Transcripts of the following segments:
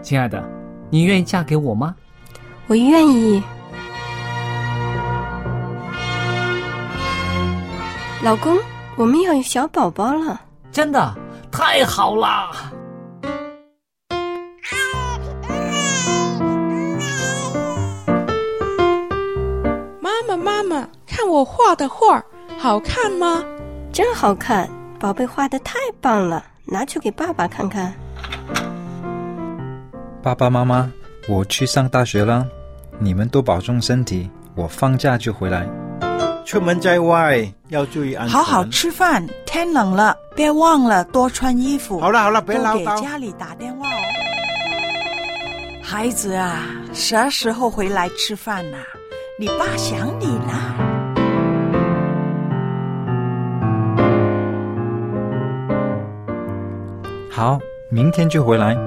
亲爱的，你愿意嫁给我吗？ 我愿意。老公，我们要有小宝宝了。 真的？太好了！ 妈妈，看我画的画，好看吗？ 真好看，宝贝画得太棒了，拿去给爸爸看看。 爸爸妈妈，我去上大学了，你们都保重身体，我放假就回来。 出门在外要注意安全。 好好吃饭，天冷了，别忘了多穿衣服。 好了，别唠叨。 多给家里打电话哦。孩子啊，啥时候回来吃饭啊？你爸想你呢。 好，明天就回来。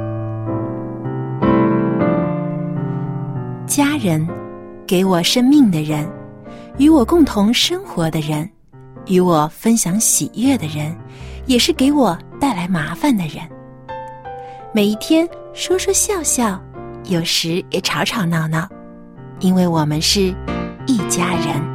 家人，给我生命的人，与我共同生活的人，与我分享喜悦的人，也是给我带来麻烦的人。每一天说说笑笑，有时也吵吵闹闹，因为我们是一家人。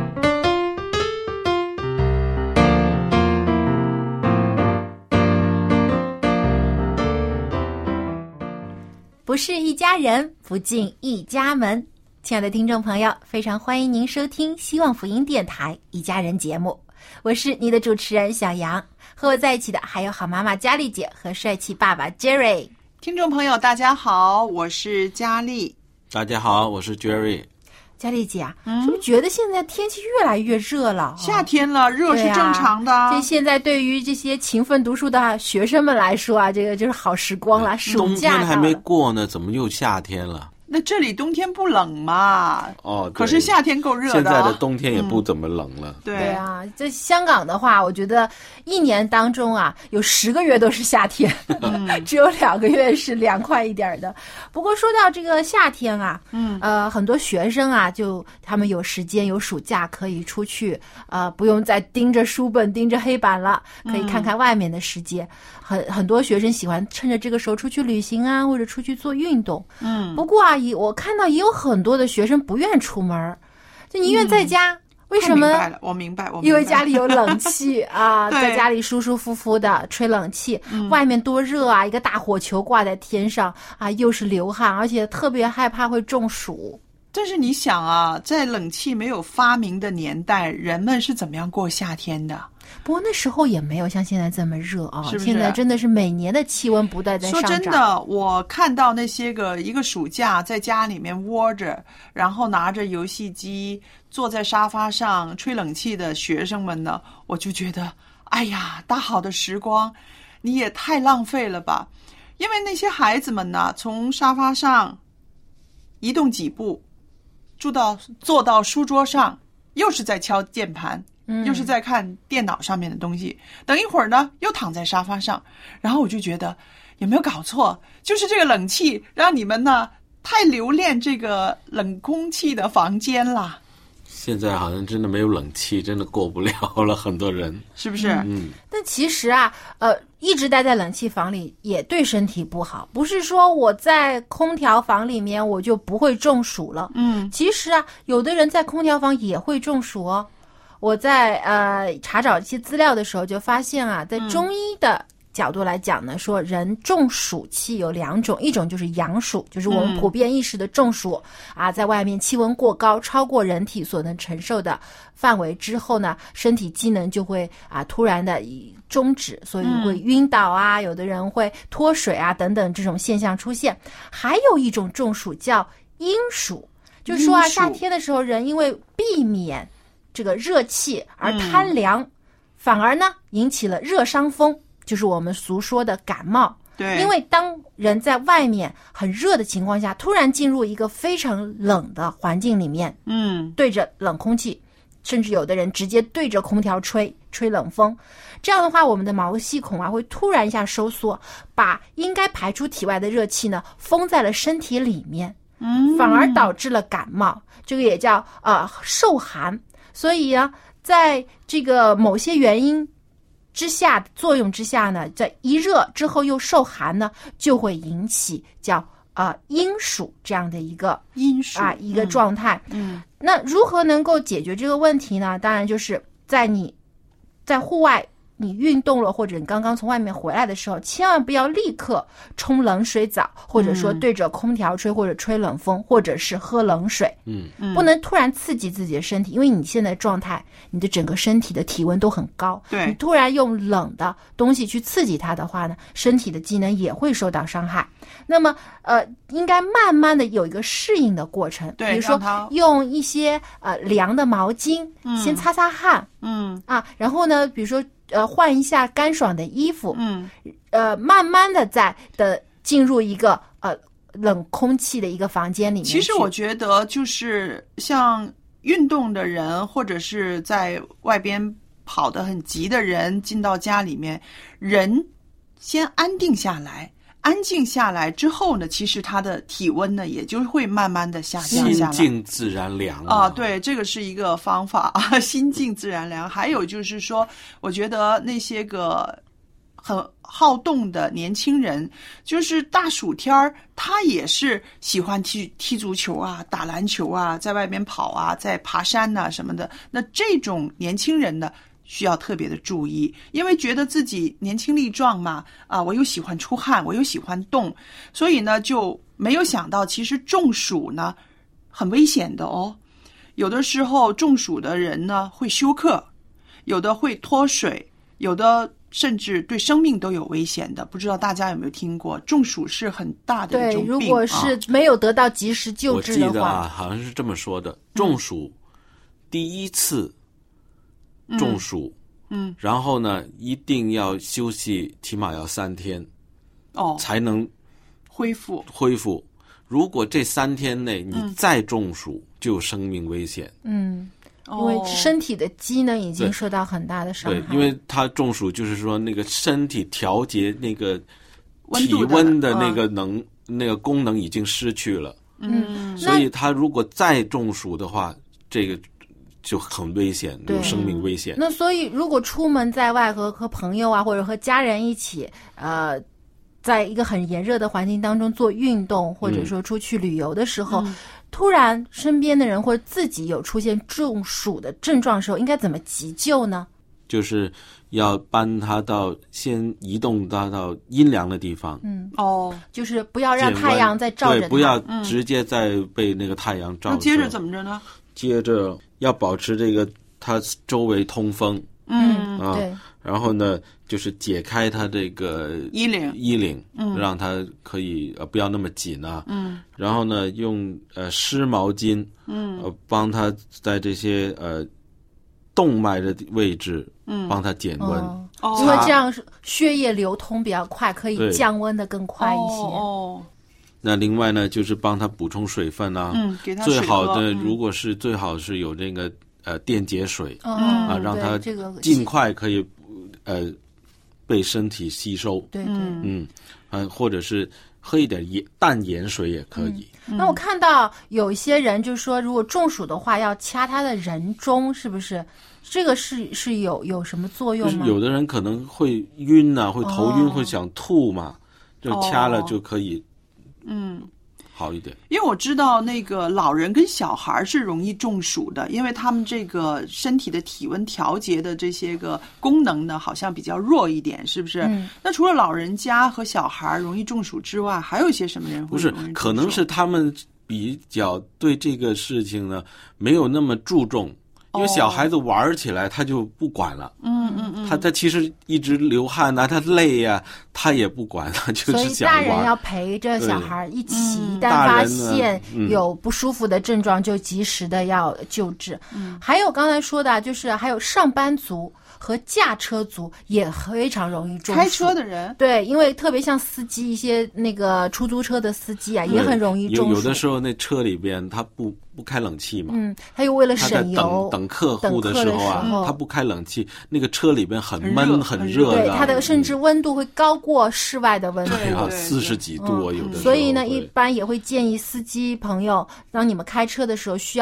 不是一家人，不进一家门。亲爱的听众朋友，非常欢迎您收听希望福音电台一家人节目，我是你的主持人小杨，和我在一起的还有好妈妈佳丽姐和帅气爸爸 Jerry。 听众朋友大家好，我是佳丽。 大家好，我是 Jerry。 佳丽姐啊，是不是觉得现在天气越来越热了？ 夏天了，热是正常的。 这现在对于这些勤奋读书的学生们来说啊，这个就是好时光了。暑假冬天还没过呢，怎么又夏天了？ 那这里冬天不冷嘛？ 哦， 可是夏天够热的。 现在的冬天也不怎么冷了。 对啊，在香港的话，我觉得一年当中啊，有10个月都是夏天，只有2个月是凉快一点的。不过说到这个夏天啊，很多学生啊，就他们有时间有暑假可以出去，不用再盯着书本盯着黑板了，可以看看外面的世界。很多学生喜欢趁着这个时候出去旅行啊，或者出去做运动。不过啊，我看到也有很多的学生不愿出门，就宁愿在家。为什么？ 我明白。 因为家里有冷气啊，在家里舒舒服服的吹冷气，外面多热啊！一个大火球挂在天上啊，又是流汗，而且特别害怕会中暑。 但是你想啊，在冷气没有发明的年代，人们是怎么样过夏天的？ 不过那时候也没有像现在这么热啊， 是不是？ 现在真的是每年的气温不断在上涨。 说真的，我看到那些一个暑假在家里面窝着，然后拿着游戏机坐在沙发上吹冷气的学生们呢，我就觉得，哎呀，大好的时光，你也太浪费了吧！因为那些孩子们呢，从沙发上移动几步，坐到书桌上，又是在敲键盘。又是在看电脑上面的东西，等一会儿呢又躺在沙发上，然后我就觉得有没有搞错，就是这个冷气让你们呢太留恋这个冷空气的房间啦。 现在好像真的没有冷气，真的过不了了，很多人是不是？ 但其实啊，一直待在冷气房里也对身体不好，不是说我在空调房里面我就不会中暑了。其实啊，有的人在空调房也会中暑哦。我在查找一些资料的时候就发现啊，在中医的角度来讲呢，说人中暑气有2种，一种就是阳暑，就是我们普遍意识的中暑啊，在外面气温过高，超过人体所能承受的范围之后呢，身体机能就会突然的终止，所以会晕倒啊，有的人会脱水啊等等这种现象出现。还有一种中暑叫阴暑，就是说啊，夏天的时候人因为避免这个热气而贪凉，反而呢引起了热伤风，就是我们俗说的感冒。 对， 因为当人在外面很热的情况下，突然进入一个非常冷的环境里面，对着冷空气，甚至有的人直接对着空调吹冷风，这样的话我们的毛细孔啊会突然一下收缩，把应该排出体外的热气呢封在了身体里面，反而导致了感冒，这个也叫受寒。所以啊，在这个某些原因之下作用之下呢，在一热之后又受寒呢，就会引起叫阴暑这样的一个阴暑一个状态。那如何能够解决这个问题呢？当然就是在户外你运动了，或者你刚刚从外面回来的时候，千万不要立刻冲冷水澡，或者说对着空调吹，或者吹冷风，或者是喝冷水。不能突然刺激自己的身体，因为你现在状态，你的整个身体的体温都很高， 对， 你突然用冷的东西去刺激它的话呢，身体的机能也会受到伤害。那么应该慢慢的有一个适应的过程， 对， 比如说用一些凉的毛巾先擦擦汗，然后呢比如说换一下干爽的衣服，慢慢的进入一个冷空气的一个房间里面去。 其实我觉得就是像运动的人，或者是在外边跑得很急的人，进到家里面，人先安定下来，安静下来之后呢，其实他的体温呢也就会慢慢的下降下来。 心静自然凉对，这个是一个方法心静自然凉。还有就是说，我觉得那些个很好动的年轻人，就是大暑天儿，他也是喜欢踢足球啊，打篮球啊，在外边跑啊，在爬山啊什么的。那这种年轻人呢，需要特别的注意，因为觉得自己年轻力壮嘛，我又喜欢出汗，我又喜欢动，所以呢就没有想到其实中暑呢很危险的哦。有的时候中暑的人呢会休克，有的会脱水，有的甚至对生命都有危险的。不知道大家有没有听过，中暑是很大的一种病。 对，如果是没有得到及时救治的话， 我记得好像是这么说的，中暑第一次中暑，然后呢一定要休息，起码要3天才能恢复。 如果这3天内你再中暑，就有生命危险。 因为身体的机能已经受到很大的伤害。 对，因为它中暑就是说那个身体调节那个体温的那个那个功能已经失去了。所以他如果再中暑的话，这个就很危险，有生命危险。 那所以如果出门在外和朋友啊，或者和家人一起在一个很炎热的环境当中做运动，或者说出去旅游的时候，突然身边的人或者自己有出现中暑的症状的时候，应该怎么急救呢？ 就是要搬他先移动到阴凉的地方。 就是不要让太阳再照着他， 对，不要直接再被那个太阳照着。 那接着怎么着呢？ 接着要保持这个它周围通风。 对。 然后呢，就是解开它这个衣领，让它可以不要那么紧啊。然后呢，用湿毛巾，帮他在这些动脉的位置，帮他减温。 因为这样血液流通比较快，可以降温的更快一些。 那另外呢，就是帮他补充水分啊。 给他水喝。 最好的最好是有这个电解水让它尽快可以被身体吸收。 对， 或者是喝一点淡盐水也可以。 那我看到有一些人就说，如果中暑的话要掐他的人中，是不是？这个是有什么作用吗？ 就是有的人可能会晕啊，会头晕，会想吐嘛，就掐了就可以好一点。 因为我知道那个老人跟小孩是容易中暑的，因为他们这个身体的体温调节的这些个功能呢，好像比较弱一点，是不是？那除了老人家和小孩容易中暑之外，还有一些什么人会容易中暑？ 不是，可能是他们比较对这个事情呢没有那么注重。因为小孩子玩起来他就不管了，他其实一直流汗啊，他累呀，他也不管了，就是想玩。 所以大人要陪着小孩一起，一旦发现有不舒服的症状，就及时的要救治。还有刚才说的，就是还有上班族和驾车族也非常容易中暑。 开车的人， 对，因为特别像司机，一些那个出租车的司机啊，也很容易中暑。 有的时候那车里边他不开冷气嘛， 他又为了省油， 等客户的时候啊，他不开冷气，那个车里边很闷很热的， 对，它的甚至温度会高过室外的温度 ，40几度有的时候。 所以呢，一般也会建议司机朋友，当你们开车的时候需要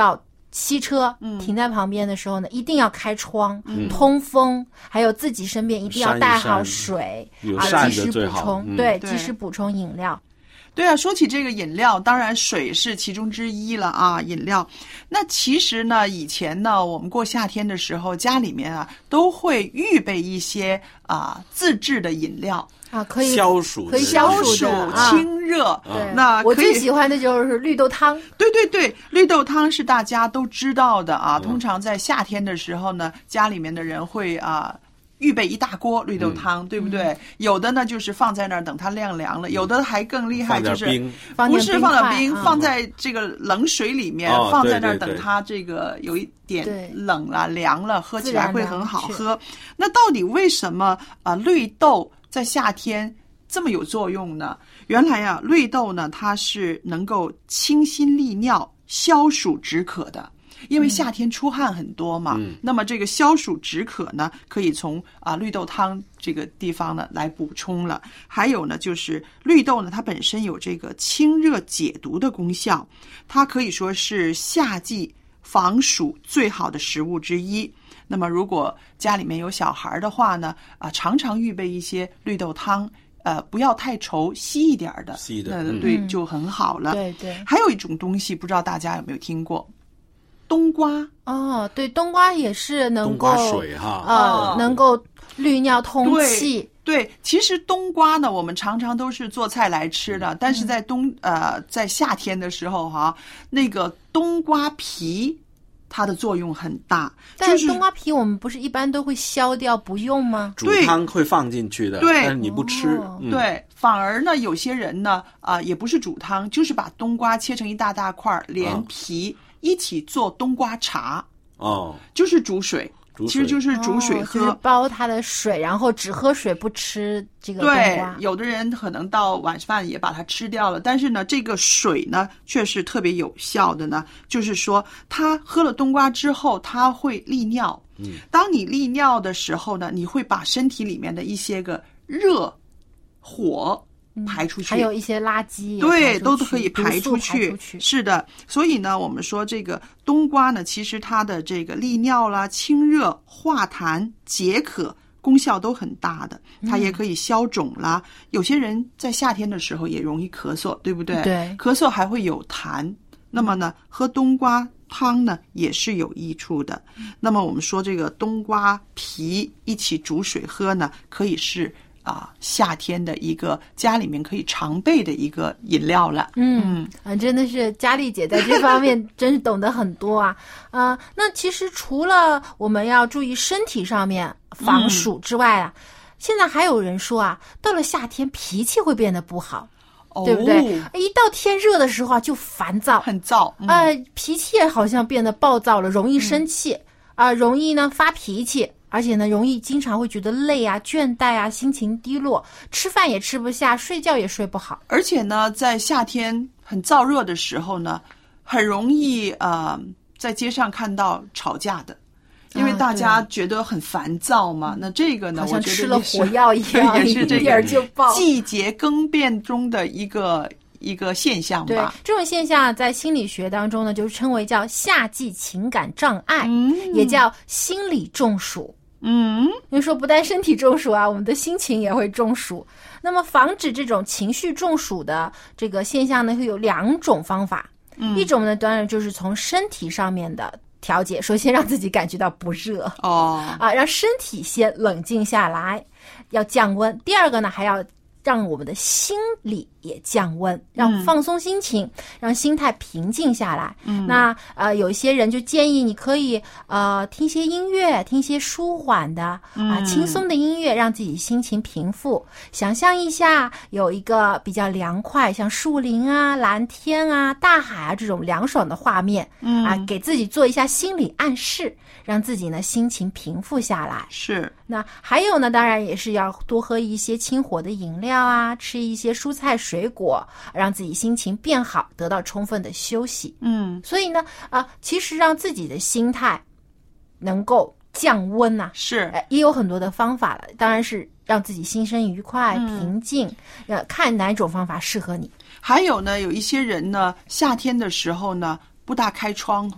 汽车停在旁边的时候呢，一定要开窗，通风，还有自己身边一定要带好水，及时补充，对，及时补充饮料。 对啊，说起这个饮料，当然水是其中之一了啊。饮料，那其实呢，以前呢，我们过夏天的时候，家里面啊都会预备一些自制的饮料啊，可以消暑， 清热。那我最喜欢的就是绿豆汤。 对，绿豆汤是大家都知道的啊。通常在夏天的时候呢，家里面的人会预备一大锅绿豆汤，对不对？有的呢就是放在那儿等它晾凉了，有的还更厉害，就是不是放点冰，放在这个冷水里面，放在那儿等它这个有一点冷了凉了，喝起来会很好喝。那到底为什么绿豆在夏天这么有作用呢？原来绿豆呢它是能够清心利尿、消暑止渴的。因为夏天出汗很多嘛，那么这个消暑止渴呢，可以从绿豆汤这个地方呢来补充了。还有呢，就是绿豆呢，它本身有这个清热解毒的功效，它可以说是夏季防暑最好的食物之一。那么如果家里面有小孩的话呢，常常预备一些绿豆汤。不要太稠，稀一点的，对，就很好了。 对。 还有一种东西，不知道大家有没有听过？冬瓜对，冬瓜也是能够冬瓜水能够利尿通气。 对，其实冬瓜呢，我们常常都是做菜来吃的，但是在夏天的时候那个冬瓜皮它的作用很大。 但是冬瓜皮我们不是一般都会削掉不用吗？ 煮汤会放进去的，但是你不吃。 对，反而呢，有些人呢也不是煮汤，就是把冬瓜切成一大大块，连皮一起做冬瓜茶。就是煮水，其实就是煮水喝， 就是煲它的水，然后只喝水不吃这个冬瓜。 对，有的人可能到晚饭也把它吃掉了，但是呢，这个水呢却是特别有效的呢。就是说，他喝了冬瓜之后，他会利尿。当你利尿的时候呢，你会把身体里面的一些个热火排出去， 还有一些垃圾对都可以排出去。是的，所以呢，我们说这个冬瓜呢，其实它的这个利尿啦、清热、化痰、解渴功效都很大的。它也可以消肿啦。有些人在夏天的时候也容易咳嗽，对不对？ 对， 咳嗽还会有痰。那么呢，喝冬瓜汤呢也是有益处的。那么我们说这个冬瓜皮一起煮水喝呢，可以是夏天的一个家里面可以常备的一个饮料了。 真的是佳丽姐在这方面真是懂得很多啊。那其实除了我们要注意身体上面防暑之外现在还有人说到了夏天脾气会变得不好。对不对？一到天热的时候就烦躁， 很躁， 脾气也好像变得暴躁了，容易生气容易呢发脾气，而且呢容易经常会觉得累倦怠心情低落，吃饭也吃不下，睡觉也睡不好。 而且呢，在夏天很燥热的时候呢，很容易在街上看到吵架的。因为大家觉得很烦躁嘛，那这个呢， 我觉得吃了火药一样， 也是这个就爆。 季节更变中的一个现象吧。 对，这种现象在心理学当中呢，就是称为叫夏季情感障碍，也叫心理中暑。因为说不但身体中暑我们的心情也会中暑。那么防止这种情绪中暑的这个现象呢，会有2种方法。一种呢，当然就是从身体上面的调节，首先让自己感觉到不热让身体先冷静下来，要降温。第二个呢，还要让我们的心理也降温，让放松心情，让心态平静下来。那有一些人就建议你可以听些音乐，听些舒缓的轻松的音乐，让自己心情平复。想象一下有一个比较凉快，像树林蓝天大海这种凉爽的画面给自己做一下心理暗示，让自己呢心情平复下来。 是。 那还有呢，当然也是要多喝一些清火的饮料吃一些蔬菜水果，让自己心情变好，得到充分的休息。所以呢其实让自己的心态能够降温是也有很多的方法了。当然是让自己心生愉快平静，看哪种方法适合你。 还有呢，有一些人呢，夏天的时候呢不大开窗户，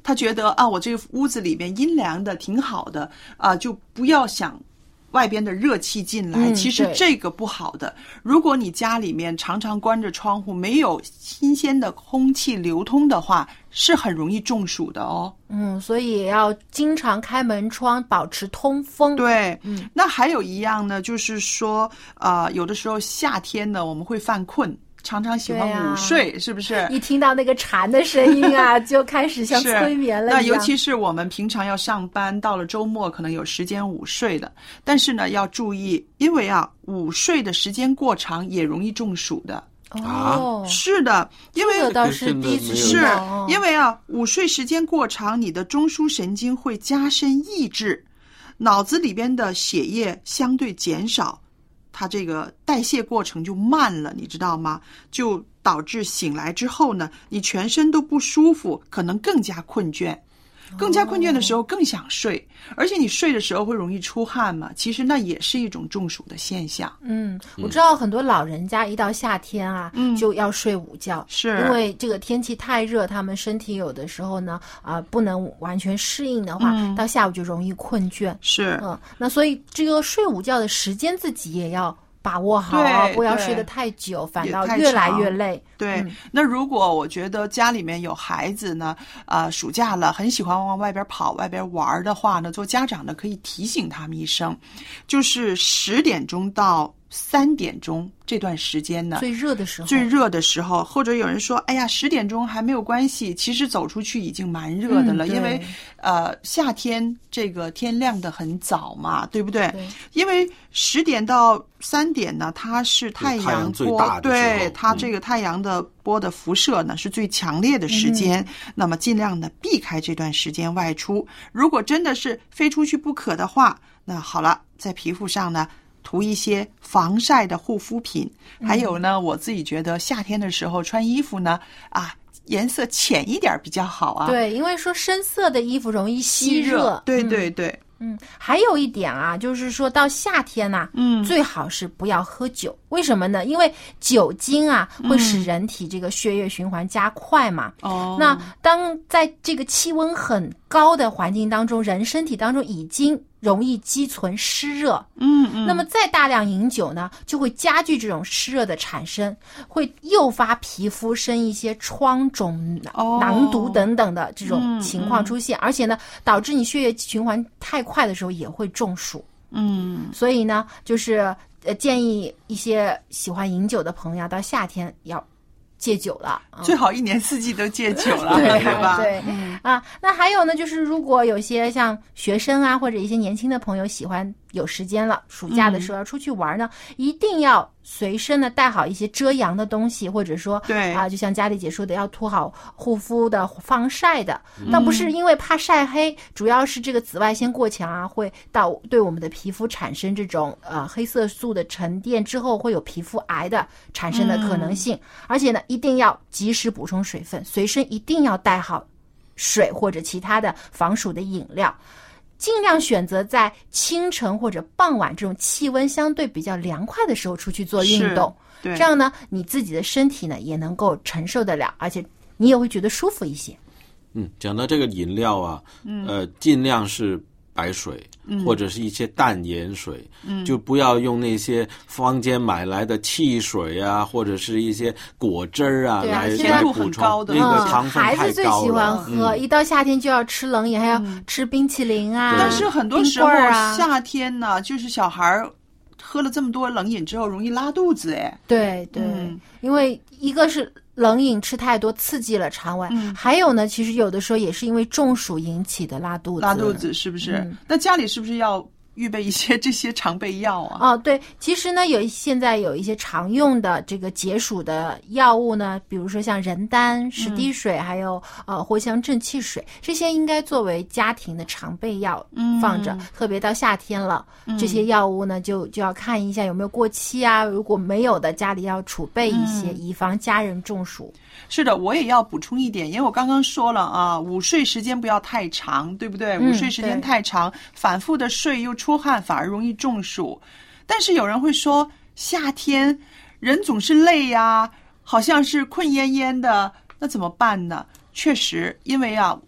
他觉得啊，我这个屋子里面阴凉的挺好的啊，就不要想外边的热气进来，其实这个不好的。如果你家里面常常关着窗户，没有新鲜的空气流通的话，是很容易中暑的哦。 所以也要经常开门窗，保持通风。 对，那还有一样呢，就是说有的时候夏天呢，我们会犯困。常常喜欢午睡，是不是？ 一听到那个蝉的声音啊，就开始像催眠了一样。 那尤其是我们平常要上班，到了周末可能有时间午睡的，但是呢要注意，因为午睡的时间过长也容易中暑的。是的，因为这倒是第一次知道。 因为午睡时间过长，你的中枢神经会加深抑制，脑子里边的血液相对减少。它这个代谢过程就慢了，你知道吗？就导致醒来之后呢，你全身都不舒服，可能更加困倦。更加困倦的时候更想睡，而且你睡的时候会容易出汗嘛，其实那也是一种中暑的现象。 我知道很多老人家一到夏天就要睡午觉， 是因为这个天气太热，他们身体有的时候呢不能完全适应的话，到下午就容易困倦。 是那所以这个睡午觉的时间自己也要把握好，不要睡得太久，反倒越来越累。 对，那如果我觉得家里面有孩子呢，暑假了很喜欢往外边跑、外边玩的话呢，做家长的可以提醒他们一声，就是10点钟到3点钟这段时间呢， 最热的时候， 或者有人说，哎呀，10点钟还没有关系，其实走出去已经蛮热的了，因为夏天这个天亮得很早嘛，对不对？因为10点到3点呢，它是太阳波，对，它这个太阳的波的辐射呢是最强烈的时间，那么尽量呢避开这段时间外出。如果真的是非出去不可的话，那好了，在皮肤上呢涂一些防晒的护肤品，还有呢，我自己觉得夏天的时候穿衣服呢，颜色浅一点比较好啊。 对，因为说深色的衣服容易吸热。 对对对。 还有一点就是说到夏天最好是不要喝酒。为什么呢？因为酒精会使人体这个血液循环加快嘛。那当在这个气温很高的环境当中，人身体当中已经容易积存湿热。那么再大量饮酒呢，就会加剧这种湿热的产生，会诱发皮肤生一些疮肿、囊毒等等的这种情况出现，而且呢，导致你血液循环太快的时候也会中暑。所以呢，就是建议一些喜欢饮酒的朋友到夏天要戒酒了， 最好1年4季都戒酒了，对吧？ 对，那还有呢，就是如果有些像学生或者一些年轻的朋友喜欢有时间了，暑假的时候要出去玩呢，一定要随身呢带好一些遮阳的东西，或者说就像佳丽姐说的，要涂好护肤的、防晒的。倒不是因为怕晒黑，主要是这个紫外线过强会对我们的皮肤产生这种黑色素的沉淀之后，会有皮肤癌的产生的可能性。而且呢，一定要及时补充水分，随身一定要带好水或者其他的防暑的饮料。尽量选择在清晨或者傍晚这种气温相对比较凉快的时候出去做运动，这样呢，你自己的身体呢也能够承受得了，而且你也会觉得舒服一些。 讲到这个饮料尽量是白水，或者是一些淡盐水，就不要用那些坊间买来的汽水或者是一些果汁来补充，那个糖分太高了。 孩子最喜欢喝，一到夏天就要吃冷饮，还要吃冰淇淋但是很多时候夏天呢，就是小孩喝了这么多冷饮之后容易拉肚子。 对，因为一个是冷饮吃太多刺激了肠胃，还有呢，其实有的时候也是因为中暑引起的拉肚子， 是不是？那家里是不是要预备一些这些常备药对，其实呢，现在有一些常用的这个解暑的药物呢，比如说像人丹、石滴水，还有藿香正气水，这些应该作为家庭的常备药放着。特别到夏天了，这些药物呢就要看一下有没有过期如果没有的，家里要储备一些，以防家人中暑。 是的，我也要补充一点，因为我刚刚说了午睡时间不要太长，对不对？午睡时间太长，反复的睡又出汗，反而容易中暑。但是有人会说，夏天人总是累好像是困恹恹的，那怎么办呢？确实，因为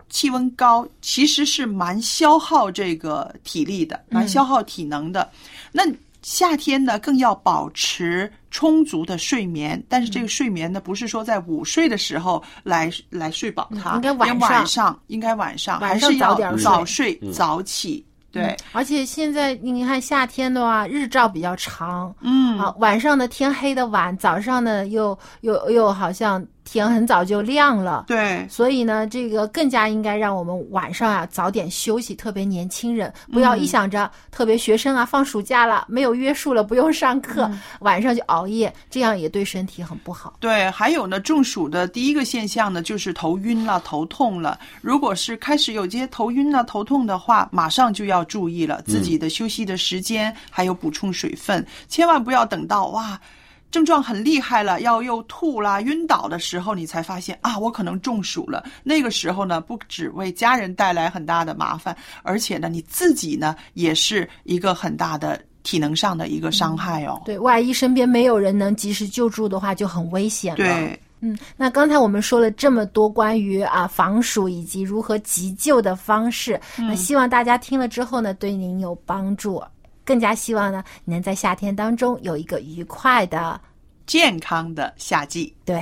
气温高其实是蛮消耗这个体力的，蛮消耗体能的。那夏天呢，更要保持充足的睡眠，但是这个睡眠呢，不是说在午睡的时候来睡饱它， 应该晚上还是要早睡早起。对， 而且现在你看夏天的话，日照比较长，晚上的天黑的晚，早上呢又好像天很早就亮了， 对， 所以呢，这个更加应该让我们晚上啊早点休息，特别年轻人不要一想着，特别学生啊放暑假了，没有约束了，不用上课，晚上就熬夜，这样也对身体很不好。 对，还有呢，中暑的第一个现象呢，就是头晕了、头痛了。如果是开始有这些头晕了、头痛的话，马上就要注意了自己的休息的时间，还有补充水分，千万不要等到症状很厉害了，又吐啦、晕倒的时候，你才发现我可能中暑了。那个时候呢，不只为家人带来很大的麻烦，而且呢，你自己呢也是一个很大的体能上的一个伤害哦。 对，万一身边没有人能及时救助的话，就很危险了。 对。 那刚才我们说了这么多关于防暑以及如何急救的方式，那希望大家听了之后呢，对您有帮助。更加希望呢，你能在夏天当中有一个愉快的、 健康的夏季。 对。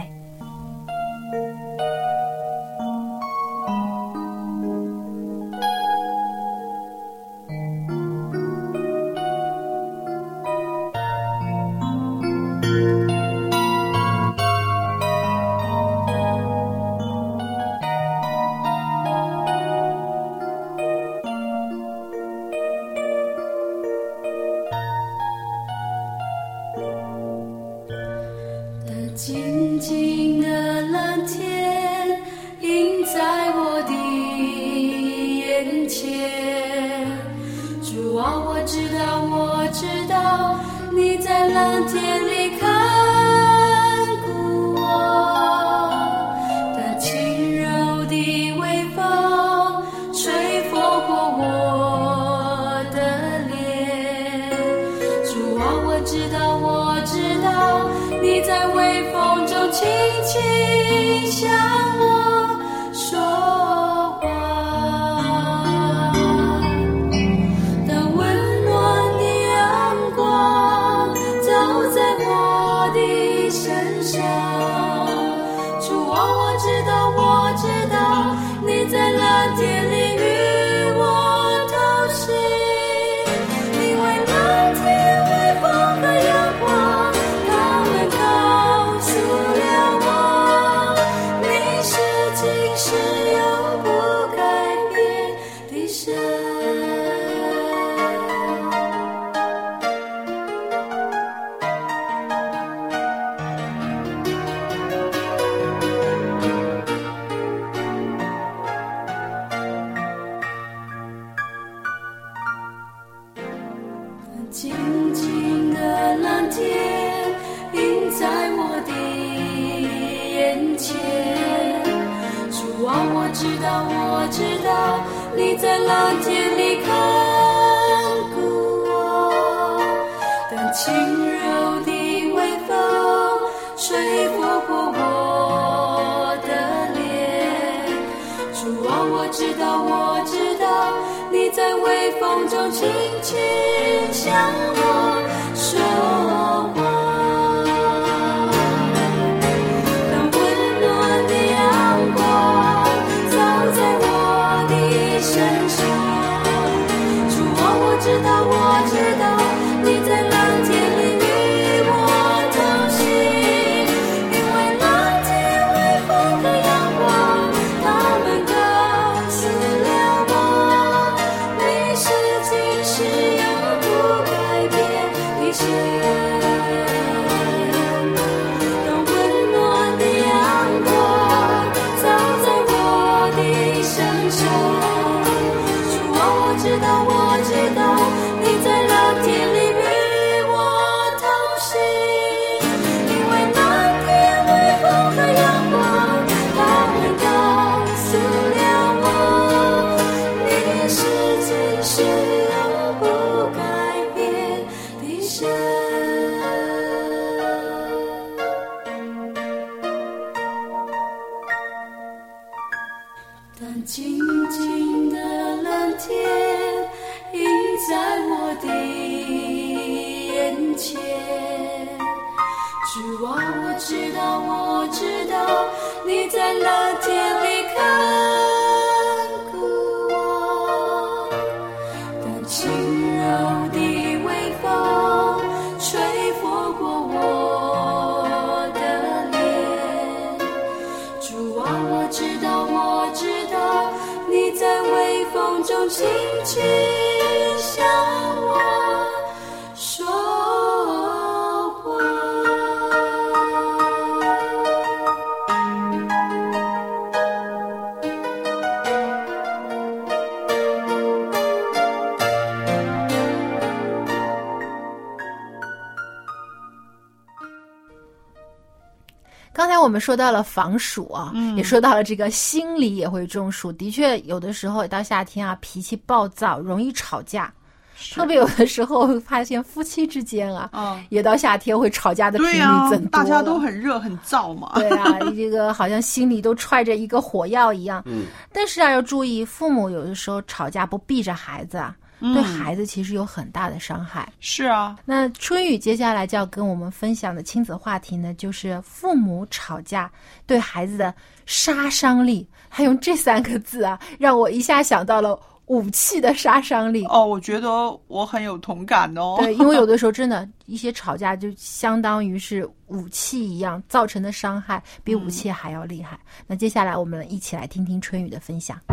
静静的蓝天映在我的眼前，主啊，我知道你在蓝天里看顾我，但轻柔的微风吹拂过我的脸，主啊，我知道你在微风中轻轻向我说话，当温暖的阳光照在我的身上，主啊，我知道你在蓝天里与我同行，因为蓝天微风和阳光告诉了我，你是今世永不改变的神。静静的蓝天映在我的眼前，主啊，我知道你在蓝天里看顾我，当轻柔的微风吹拂过我的脸，主啊，我知道你在微风中轻轻向我说话，当温暖的阳光照在我的身上，主啊，我知道你在蓝天里与我同行，因为蓝天微风和阳光它们告诉了我，你是今世永不改变的神。当温暖的阳光照在我的身上，主啊，我知道你在蓝天里与我同行，因为蓝天微风和阳光它们告诉了我，你是今世永不改变的神。当静主啊，我知道，我知道，你在蓝天里看顾我，但轻柔的微风吹拂过我的脸。主啊，我知道，我知道，你在微风中轻轻向我说话。 刚才我们说到了防暑啊，也说到了这个心理也会中暑。的确，有的时候到夏天啊，脾气暴躁，容易吵架。特别有的时候发现夫妻之间啊，也到夏天会吵架的频率增多了。 大家都很热很燥嘛。 对啊，这个好像心里都揣着一个火药一样。但是啊，要注意，父母有的时候吵架不避着孩子啊，对孩子其实有很大的伤害。 是啊。 那春雨接下来就要跟我们分享的亲子话题呢，就是父母吵架对孩子的杀伤力。他用这3个字啊，让我一下想到了武器的杀伤力。 我觉得我很有同感哦。 对，因为有的时候真的一些吵架就相当于是武器一样，造成的伤害比武器还要厉害。那接下来我们一起来听听春雨的分享。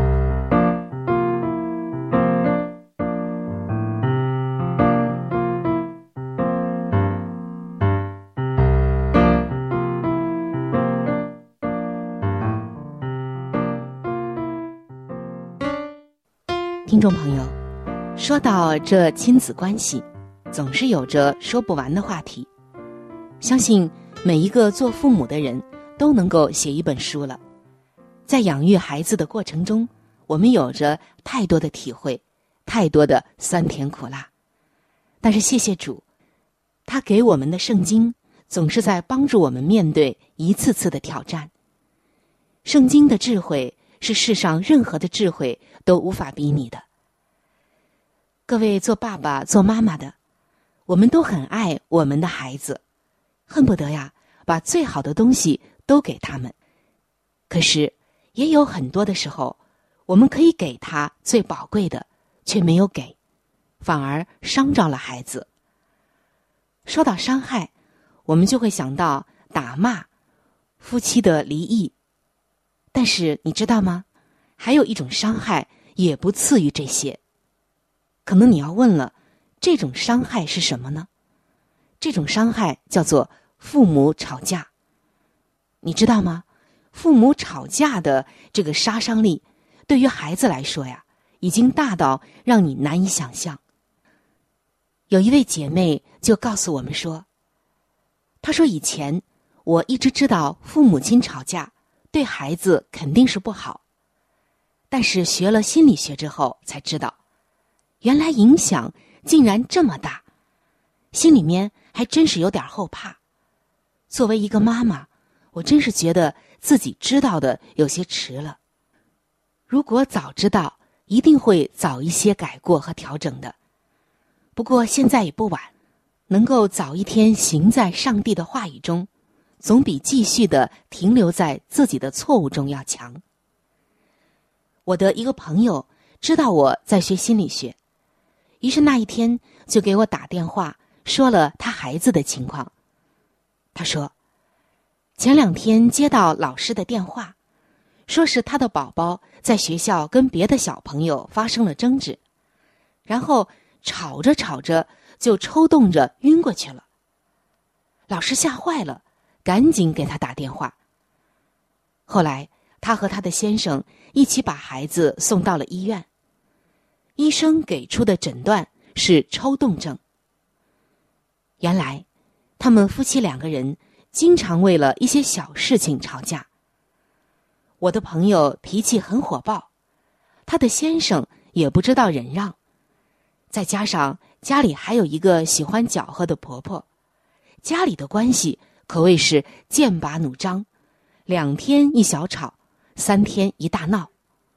听众朋友，说到这亲子关系，总是有着说不完的话题。相信每一个做父母的人都能够写一本书了。在养育孩子的过程中，我们有着太多的体会，太多的酸甜苦辣。但是谢谢主，他给我们的圣经总是在帮助我们面对一次次的挑战。圣经的智慧是世上任何的智慧都无法比拟的。各位做爸爸做妈妈的，我们都很爱我们的孩子，恨不得呀把最好的东西都给他们。可是也有很多的时候，我们可以给他最宝贵的，却没有给，反而伤着了孩子。说到伤害，我们就会想到打骂、夫妻的离异。但是你知道吗？还有一种伤害也不次于这些。可能你要问了，这种伤害是什么呢？这种伤害叫做父母吵架。你知道吗？父母吵架的这个杀伤力，对于孩子来说呀，已经大到让你难以想象。有一位姐妹就告诉我们说，她说以前我一直知道父母亲吵架对孩子肯定是不好，但是学了心理学之后才知道，原来影响竟然这么大，心里面还真是有点后怕。作为一个妈妈，我真是觉得自己知道的有些迟了。如果早知道，一定会早一些改过和调整的。不过现在也不晚，能够早一天行在上帝的话语中，总比继续的停留在自己的错误中要强。我的一个朋友知道我在学心理学，于是那一天就给我打电话，说了他孩子的情况。他说，前2天接到老师的电话，说是他的宝宝在学校跟别的小朋友发生了争执，然后吵着吵着就抽动着晕过去了。老师吓坏了，赶紧给他打电话。后来他和他的先生一起把孩子送到了医院，医生给出的诊断是抽动症。原来他们夫妻2个人经常为了一些小事情吵架。我的朋友脾气很火爆，他的先生也不知道忍让，再加上家里还有一个喜欢搅和的婆婆，家里的关系可谓是剑拔弩张，2天一小吵，3天一大闹。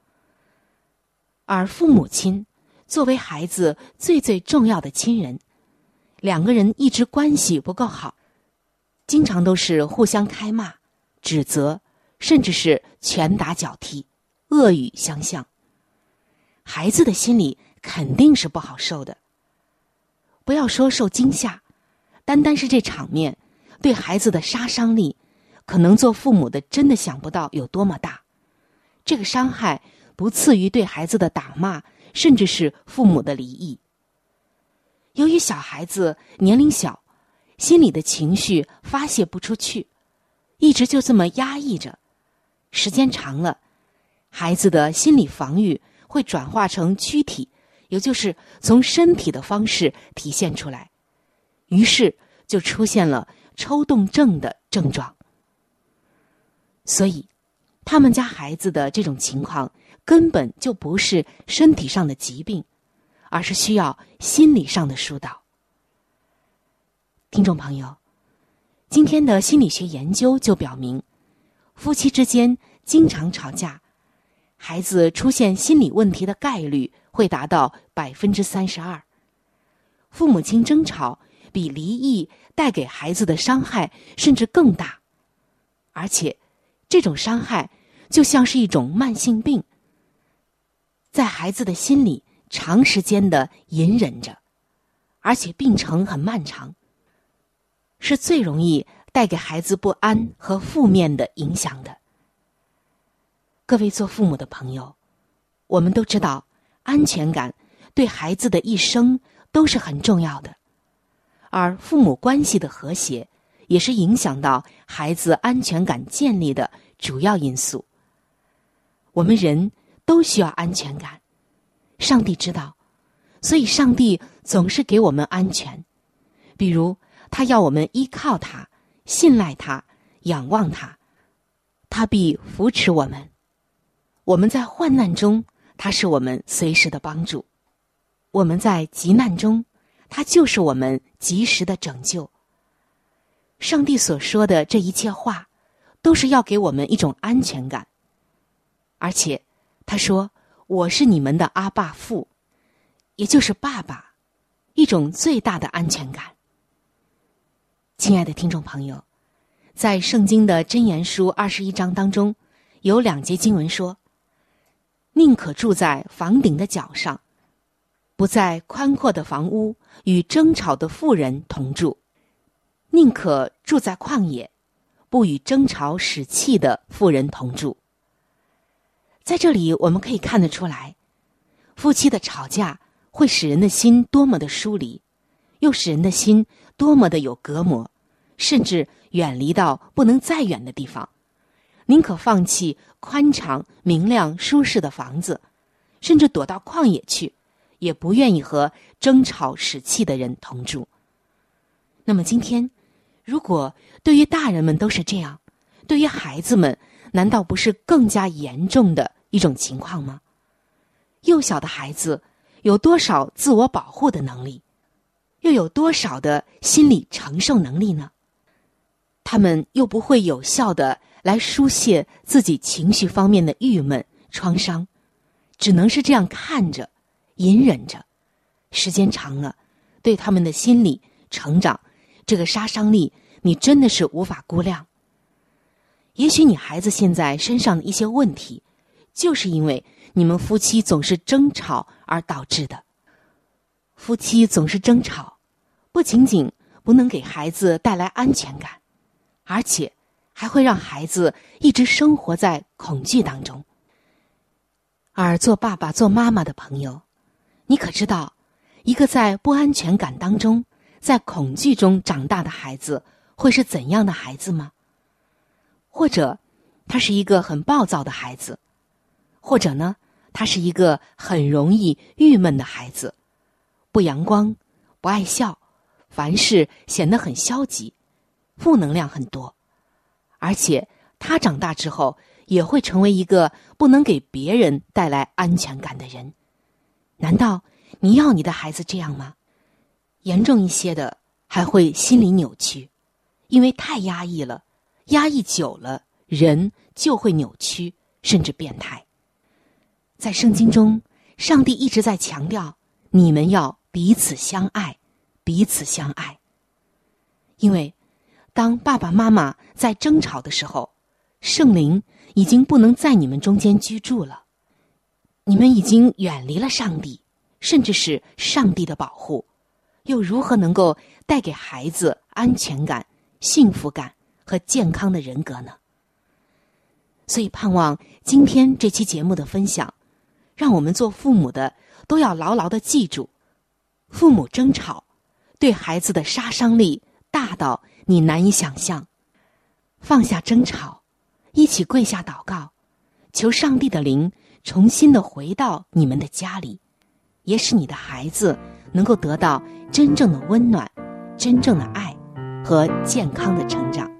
而父母亲作为孩子最重要的亲人，2个人一直关系不够好， 经常都是互相开骂、指责，甚至是拳打脚踢、恶语相向。孩子的心里肯定是不好受的。不要说受惊吓，单单是这场面对孩子的杀伤力，可能做父母的真的想不到有多么大。这个伤害不次于对孩子的打骂，甚至是父母的离异。由于小孩子年龄小，心里的情绪发泄不出去，一直就这么压抑着，时间长了，孩子的心理防御会转化成躯体，也就是从身体的方式体现出来，于是就出现了抽动症的症状。所以他们家孩子的这种情况根本就不是身体上的疾病，而是需要心理上的疏导。听众朋友，今天的心理学研究就表明，夫妻之间经常吵架，孩子出现心理问题的概率会达到 32%。 父母亲争吵比离异带给孩子的伤害甚至更大，而且这种伤害就像是一种慢性病，在孩子的心里长时间的隐忍着，而且病程很漫长，是最容易带给孩子不安和负面的影响的。各位做父母的朋友，我们都知道安全感对孩子的一生都是很重要的，而父母关系的和谐也是影响到孩子安全感建立的主要因素。我们人都需要安全感，上帝知道，所以上帝总是给我们安全。比如他要我们依靠他，信赖他，仰望他，他必扶持我们。我们在患难中，他是我们随时的帮助；我们在急难中，他就是我们及时的拯救。上帝所说的这一切话，都是要给我们一种安全感。而且他说，我是你们的阿爸父，也就是爸爸，一种最大的安全感。亲爱的听众朋友，在圣经的箴言书21章当中，有2节经文说，宁可住在房顶的角上，不在宽阔的房屋与争吵的妇人同住；宁可住在旷野，不与争吵使气的妇人同住。在这里我们可以看得出来，夫妻的吵架会使人的心多么的疏离，又使人的心多么的有隔膜，甚至远离到不能再远的地方，宁可放弃宽敞明亮舒适的房子，甚至躲到旷野去，也不愿意和争吵使气的人同住。那么今天，如果对于大人们都是这样，对于孩子们难道不是更加严重的一种情况吗？幼小的孩子有多少自我保护的能力，又有多少的心理承受能力呢？他们又不会有效的来疏泄自己情绪方面的郁闷创伤，只能是这样看着隐忍着，时间长了，对他们的心理成长这个杀伤力你真的是无法估量。也许你孩子现在身上的一些问题，就是因为你们夫妻总是争吵而导致的。夫妻总是争吵，不仅仅不能给孩子带来安全感，而且还会让孩子一直生活在恐惧当中。而做爸爸做妈妈的朋友，你可知道，一个在不安全感当中，在恐惧中长大的孩子会是怎样的孩子吗？或者他是一个很暴躁的孩子，或者呢，他是一个很容易郁闷的孩子，不阳光，不爱笑，凡事显得很消极，负能量很多，而且他长大之后也会成为一个不能给别人带来安全感的人。难道你要你的孩子这样吗？严重一些的还会心理扭曲，因为太压抑了，压抑久了，人就会扭曲，甚至变态。在圣经中，上帝一直在强调，你们要彼此相爱，彼此相爱。因为当爸爸妈妈在争吵的时候，圣灵已经不能在你们中间居住了，你们已经远离了上帝，甚至是上帝的保护，又如何能够带给孩子安全感、幸福感和健康的人格呢？所以盼望今天这期节目的分享，让我们做父母的都要牢牢地记住，父母争吵对孩子的杀伤力大到你难以想象。放下争吵，一起跪下祷告，求上帝的灵重新的回到你们的家里，也使你的孩子能够得到真正的温暖、真正的爱和健康的成长。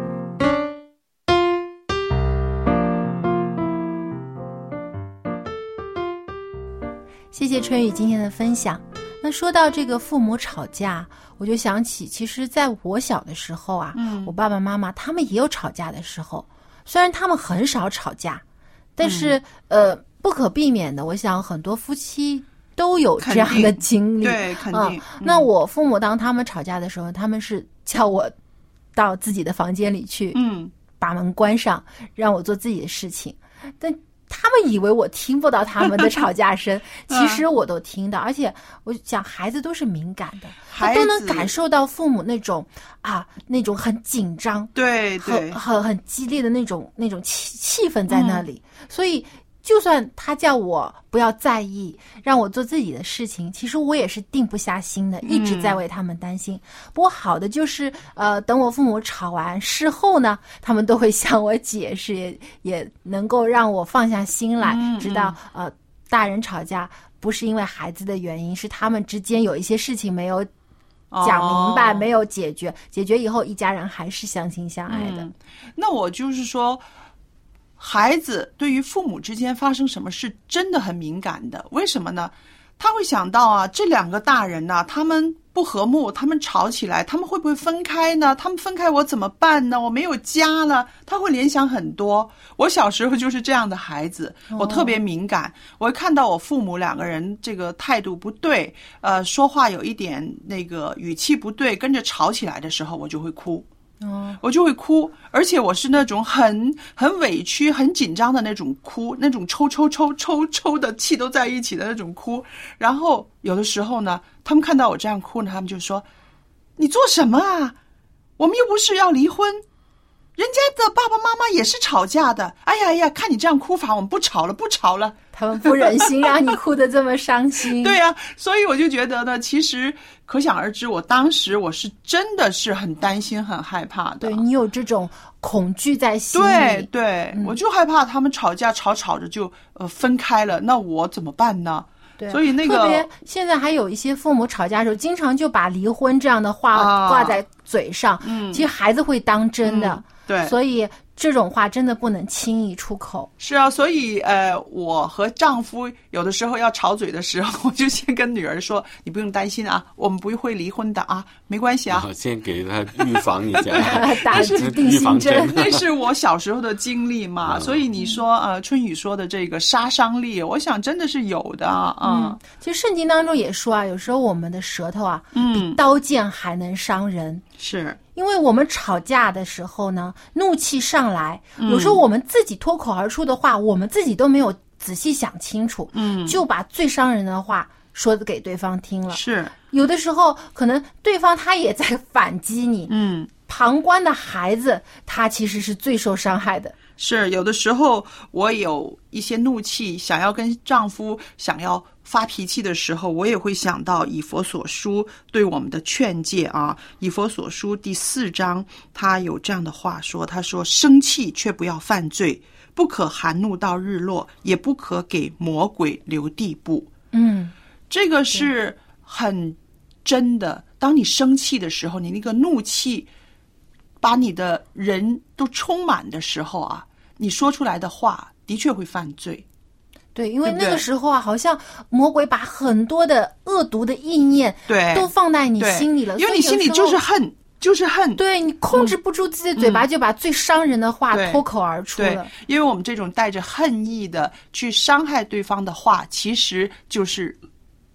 谢谢春雨今天的分享。那说到这个父母吵架，我就想起，其实在我小的时候啊，我爸爸妈妈他们也有吵架的时候，虽然他们很少吵架，但是不可避免的，我想很多夫妻都有这样的经历。 对，肯定。 那我父母当他们吵架的时候，他们是叫我到自己的房间里去，把门关上，让我做自己的事情。但他们以为我听不到他们的吵架声，其实我都听到。而且我想，孩子都是敏感的，他都能感受到父母那种很紧张， 对， 很激烈的那种气氛在那里。所以就算他叫我不要在意，让我做自己的事情，其实我也是定不下心的，一直在为他们担心。不过好的就是等我父母吵完事后呢，他们都会向我解释，也能够让我放下心来，知道大人吵架不是因为孩子的原因，是他们之间有一些事情没有讲明白，没有解决以后一家人还是相亲相爱的。 那我就是说，孩子对于父母之间发生什么事真的很敏感的。为什么呢？他会想到这两个大人他们不和睦，他们吵起来，他们会不会分开呢？他们分开我怎么办呢？我没有家了。他会联想很多。我小时候就是这样的孩子，我特别敏感。我看到我父母两个人这个态度不对，说话有一点那个语气不对，跟着吵起来的时候，我就会哭。我就会哭，而且我是那种很委屈、很紧张的那种哭，那种抽的气都在一起的那种哭。然后有的时候呢，他们看到我这样哭呢，他们就说：“你做什么啊？我们又不是要离婚，人家的爸爸妈妈也是吵架的。哎呀，看你这样哭法，我们不吵了。” 他们不忍心让你哭得这么伤心。 对啊，所以我就觉得呢，其实可想而知，我当时我是真的是很担心、很害怕的。 对，你有这种恐惧在心里。 对，我就害怕他们吵架吵着就分开了，那我怎么办呢？ 对， 所以那个特别现在还有一些父母吵架的时候，经常就把离婚这样的话挂在嘴上，其实孩子会当真的。 对， 所以这种话真的不能轻易出口。 是啊，所以我和丈夫有的时候要吵嘴的时候，我就先跟女儿说：“你不用担心啊，我们不会离婚的啊，没关系啊。” 先给他预防一下， 打定心针。 那是我小时候的经历嘛，所以你说春雨说的这个杀伤力，我想真的是有的其实圣经当中也说有时候我们的舌头比刀剑还能伤人。 是。 因为我们吵架的时候呢，怒气上来，有时候我们自己脱口而出的话，我们自己都没有仔细想清楚，就把最伤人的话说给对方听了。 是， 有的时候可能对方他也在反击你，旁观的孩子他其实是最受伤害的。 是，有的时候我有一些怒气，想要跟丈夫想要发脾气的时候，我也会想到以弗所书对我们的劝诫以弗所书第4章，他有这样的话说，他说：“生气却不要犯罪，不可含怒到日落，也不可给魔鬼留地步。”这个是很真的。当你生气的时候，你那个怒气把你的人都充满的时候你说出来的话的确会犯罪。 对，因为那个时候好像魔鬼把很多的恶毒的意念都放在你心里了， 因为你心里就是恨， 对，你控制不住自己的嘴巴，就把最伤人的话脱口而出了。 对，因为我们这种带着恨意的去伤害对方的话，其实就是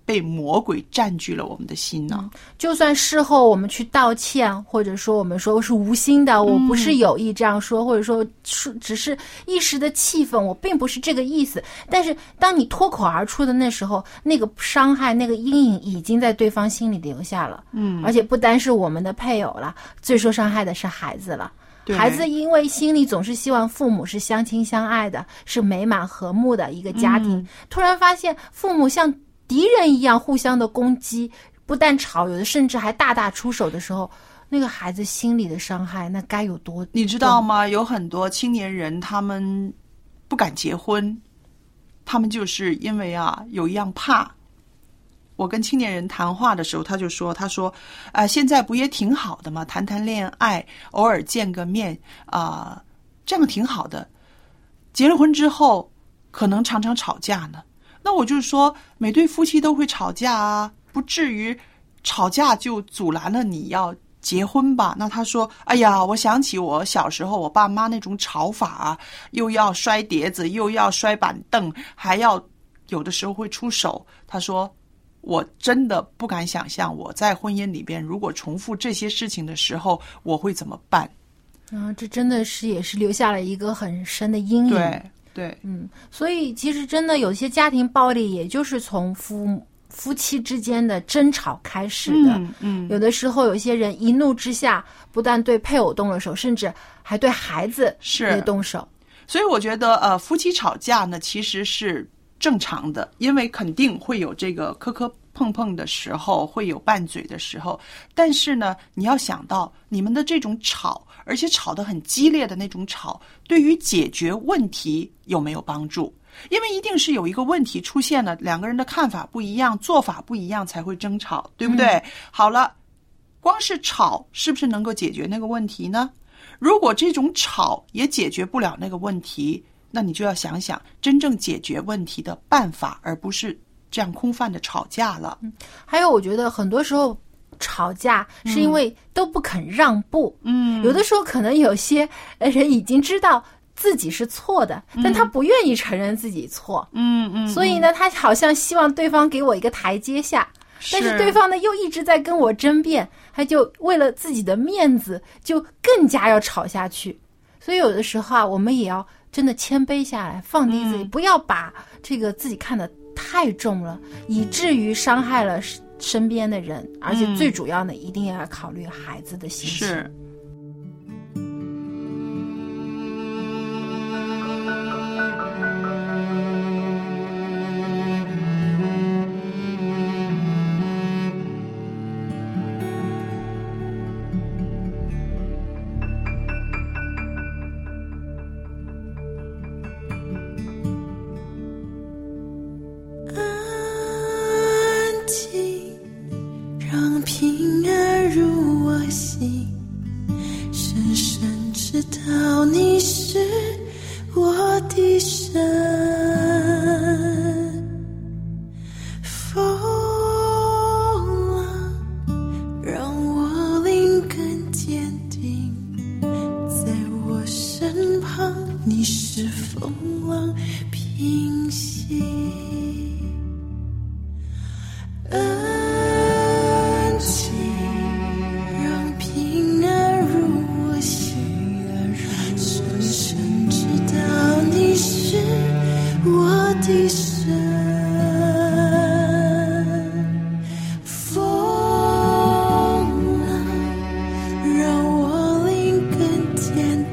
被魔鬼占据了我们的心呢？ 就算事后我们去道歉，或者说我们说是无心的，我不是有意这样说，或者说只是一时的气愤，我并不是这个意思。但是当你脱口而出的那时候，那个伤害、那个阴影已经在对方心里留下了。而且不单是我们的配偶了，最受伤害的是孩子了。孩子因为心里总是希望父母是相亲相爱的，是美满和睦的一个家庭，突然发现父母像敌人一样互相的攻击，不但吵，有的甚至还大打出手的时候，那个孩子心里的伤害那该有多重？ 你知道吗？有很多青年人他们不敢结婚，他们就是因为有一样怕。我跟青年人谈话的时候，他说现在不也挺好的吗？谈谈恋爱，偶尔见个面这样挺好的。结了婚之后可能常常吵架呢。那我就是说，每对夫妻都会吵架啊，不至于吵架就阻拦了你要结婚吧。那他说，哎呀，我想起我小时候我爸妈那种吵法又要摔碟子，又要摔板凳，还要有的时候会出手。他说，我真的不敢想象我在婚姻里边如果重复这些事情的时候我会怎么办。 这真的是也是留下了一个很深的阴影。 对， 所以其实真的有些家庭暴力也就是从夫妻之间的争吵开始的。有的时候有些人一怒之下不但对配偶动了手，甚至还对孩子也动手。 所以我觉得夫妻吵架呢其实是正常的，因为肯定会有这个磕磕碰碰的时候，会有拌嘴的时候，但是呢你要想到你们的这种吵，而且吵得很激烈的那种吵，对于解决问题有没有帮助？因为一定是有一个问题出现了，两个人的看法不一样，做法不一样才会争吵，对不对？好了，光是吵是不是能够解决那个问题呢？如果这种吵也解决不了那个问题，那你就要想想真正解决问题的办法，而不是这样空泛的吵架了。 还有我觉得很多时候吵架是因为都不肯让步。有的时候可能有些人已经知道自己是错的，但他不愿意承认自己错。所以呢他好像希望对方给我一个台阶下，但是对方呢又一直在跟我争辩，他就为了自己的面子就更加要吵下去。所以有的时候我们也要真的谦卑下来，放低自己，不要把这个自己看得太重了，以至于伤害了身边的人。而且最主要的一定要考虑孩子的心情。 是。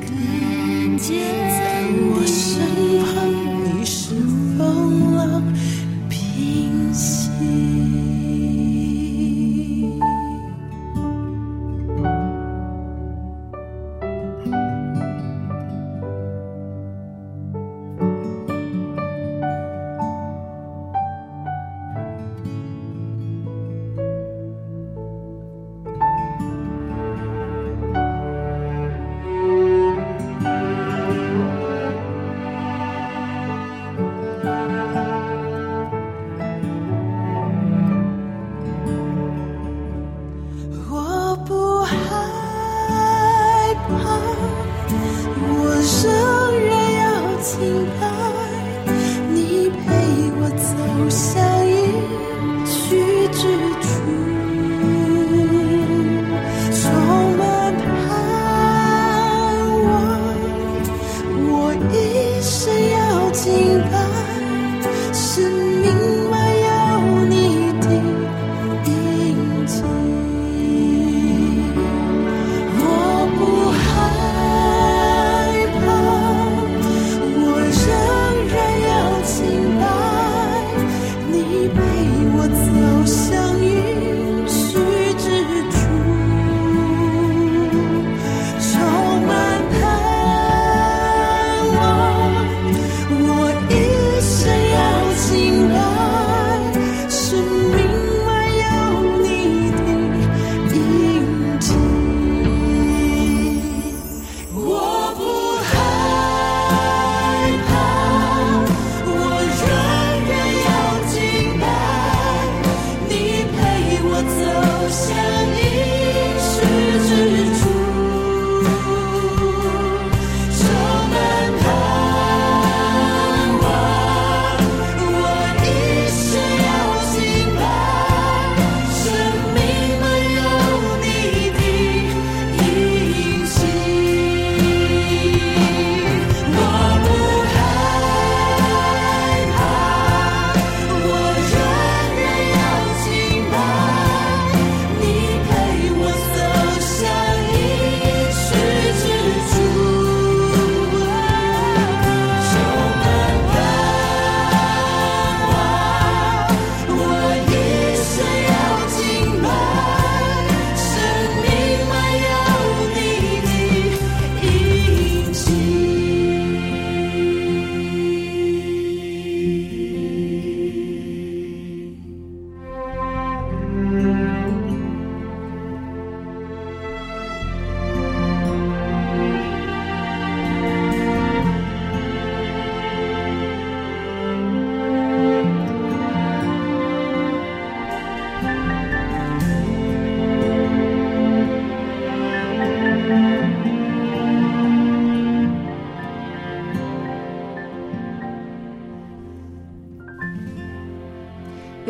在我身旁，你是风浪。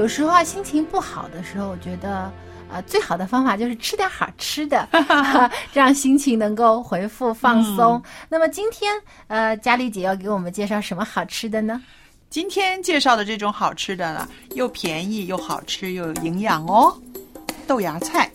有时候啊，心情不好的时候，我觉得最好的方法就是吃点好吃的，这样心情能够回复放松。那么今天佳丽姐要给我们介绍什么好吃的呢？ 今天介绍的这种好吃的呢，又便宜又好吃又有营养哦，豆芽菜。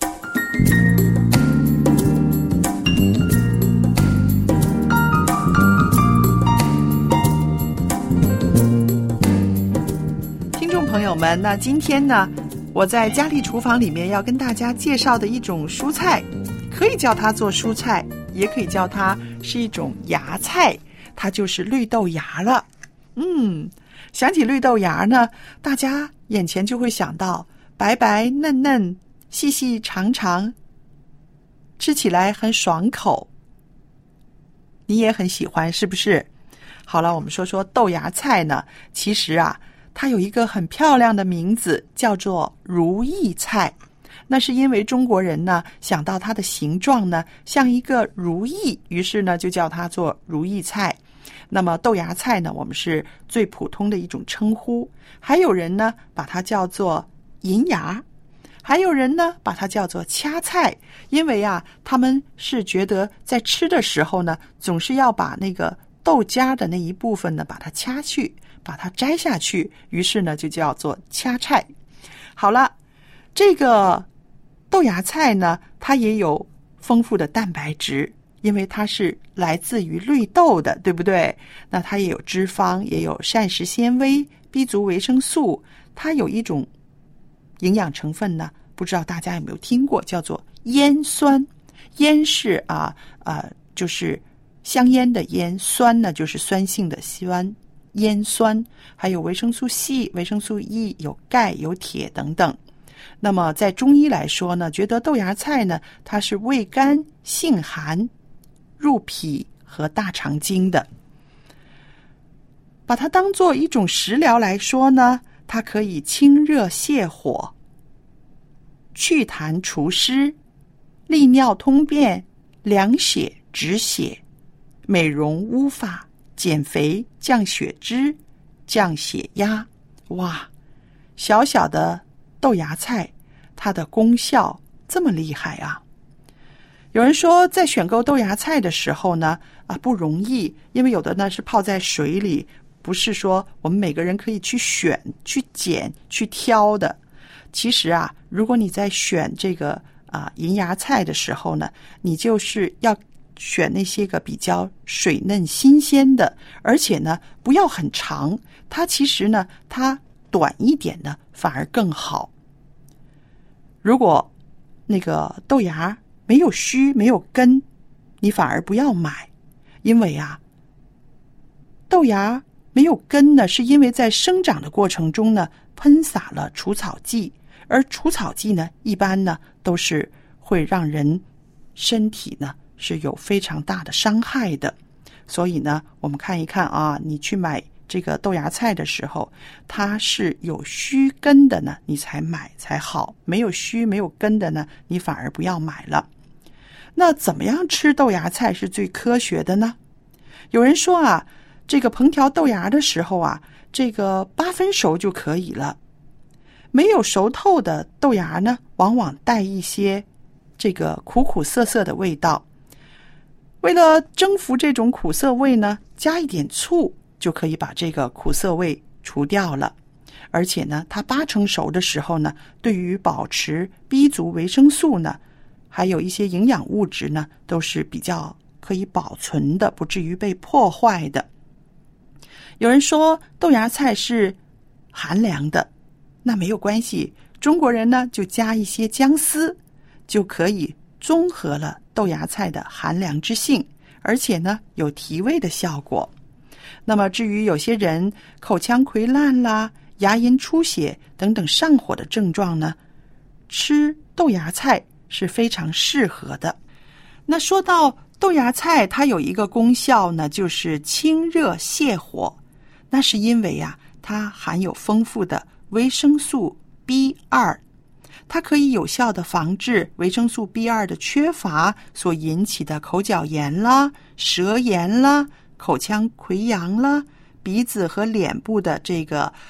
听众朋友们，那今天呢，我在佳丽厨房里面要跟大家介绍的一种蔬菜，可以叫它做蔬菜，也可以叫它是一种芽菜，它就是绿豆芽了。想起绿豆芽呢，大家眼前就会想到白白嫩嫩、细细长长，吃起来很爽口。你也很喜欢，是不是？好了，我们说说豆芽菜呢，其实啊，它有一个很漂亮的名字，叫做如意菜。那是因为中国人呢想到它的形状呢像一个如意，于是呢就叫它做如意菜。那么豆芽菜呢，我们是最普通的一种称呼，还有人呢把它叫做银芽，还有人呢把它叫做掐菜，因为啊他们是觉得在吃的时候呢总是要把那个豆荚的那一部分呢把它掐去，把它摘下去，于是呢就叫做掐菜。好了，这个豆芽菜呢，它也有丰富的蛋白质，因为它是来自于绿豆的，对不对？那它也有脂肪，也有膳食纤维、B 族维生素，它有一种营养成分呢，不知道大家有没有听过，叫做烟酸。烟是就是香烟的烟，酸呢就是酸性的酸，烟酸。还有维生素 C、维生素 E， 有钙、有铁等等。那么在中医来说呢，觉得豆芽菜呢，它是味甘性寒，入脾和大肠经的。把它当做一种食疗来说呢，它可以清热泻火、祛痰除湿、利尿通便、凉血止血、美容乌发、减肥、降血脂、降血压。哇，小小的豆芽菜，它的功效这么厉害啊！有人说，在选购豆芽菜的时候呢，不容易，因为有的呢是泡在水里，不是说我们每个人可以去选、去捡、去挑的。其实啊，如果你在选这个银芽菜的时候呢，你就是要选那些个比较水嫩新鲜的，而且呢不要很长，它其实呢它短一点呢反而更好。如果那个豆芽没有须没有根，你反而不要买，因为豆芽没有根呢，是因为在生长的过程中呢喷洒了除草剂，而除草剂呢一般呢都是会让人身体呢是有非常大的伤害的。所以呢我们看一看你去买这个豆芽菜的时候，它是有须根的呢你才买才好，没有须没有根的呢你反而不要买了。那怎么样吃豆芽菜是最科学的呢？有人说这个烹调豆芽的时候这个8分熟就可以了。没有熟透的豆芽呢，往往带一些这个苦苦涩涩的味道。为了征服这种苦涩味呢，加一点醋就可以把这个苦涩味除掉了。而且呢，它8成熟的时候呢，对于保持 B 族维生素呢，还有一些营养物质呢，都是比较可以保存的，不至于被破坏的。有人说豆芽菜是寒凉的，那没有关系，中国人呢就加一些姜丝，就可以综合了豆芽菜的寒凉之性，而且呢有提味的效果。那么至于有些人口腔溃烂啦、牙龈出血等等上火的症状呢，吃豆芽菜是非常适合的。那说到豆芽菜，它有一个功效呢，就是清热泻火。那是因为它含有丰富的维生素 B2， 它可以有效的防治维生素 B2 的缺乏所引起的口角炎啦、舌炎啦、口腔溃疡啦、鼻子和脸部的这个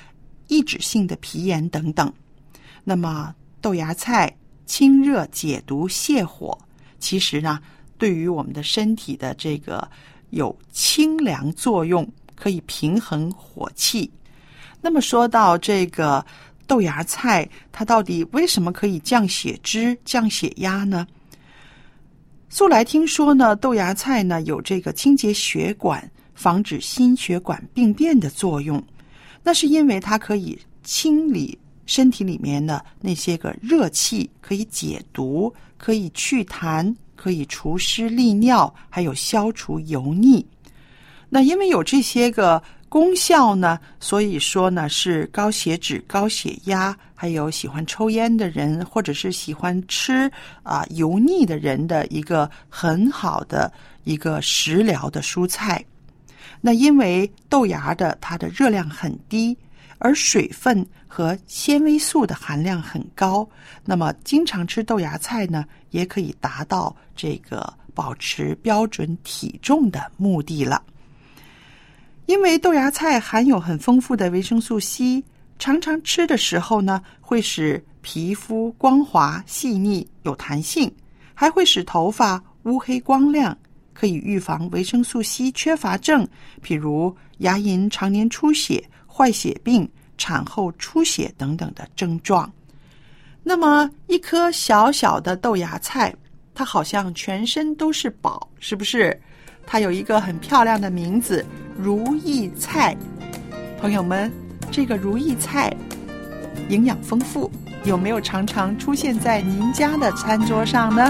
抑制性的皮炎等等。那么豆芽菜清热解毒泻火，其实呢对于我们的身体的这个有清凉作用，可以平衡火气。那么说到这个豆芽菜，它到底为什么可以降血脂、降血压呢？素来听说呢，豆芽菜呢有这个清洁血管、防止心血管病变的作用。那是因为它可以清理身体里面的那些个热气，可以解毒，可以祛痰，可以除湿利尿，还有消除油腻。那因为有这些个功效呢，所以说呢是高血脂、高血压，还有喜欢抽烟的人，或者是喜欢吃油腻的人的一个很好的一个食疗的蔬菜。那因为豆芽的它的热量很低，而水分和纤维素的含量很高，那么经常吃豆芽菜呢，也可以达到这个保持标准体重的目的了。因为豆芽菜含有很丰富的维生素 C， 常常吃的时候呢，会使皮肤光滑细腻有弹性，还会使头发乌黑光亮，可以预防维生素 C 缺乏症，譬如牙龈常年出血、坏血病、产后出血等等的症状。那么一颗小小的豆芽菜，它好像全身都是宝，是不是？它有一个很漂亮的名字，如意菜。朋友们，这个如意菜营养丰富，有没有常常出现在您家的餐桌上呢？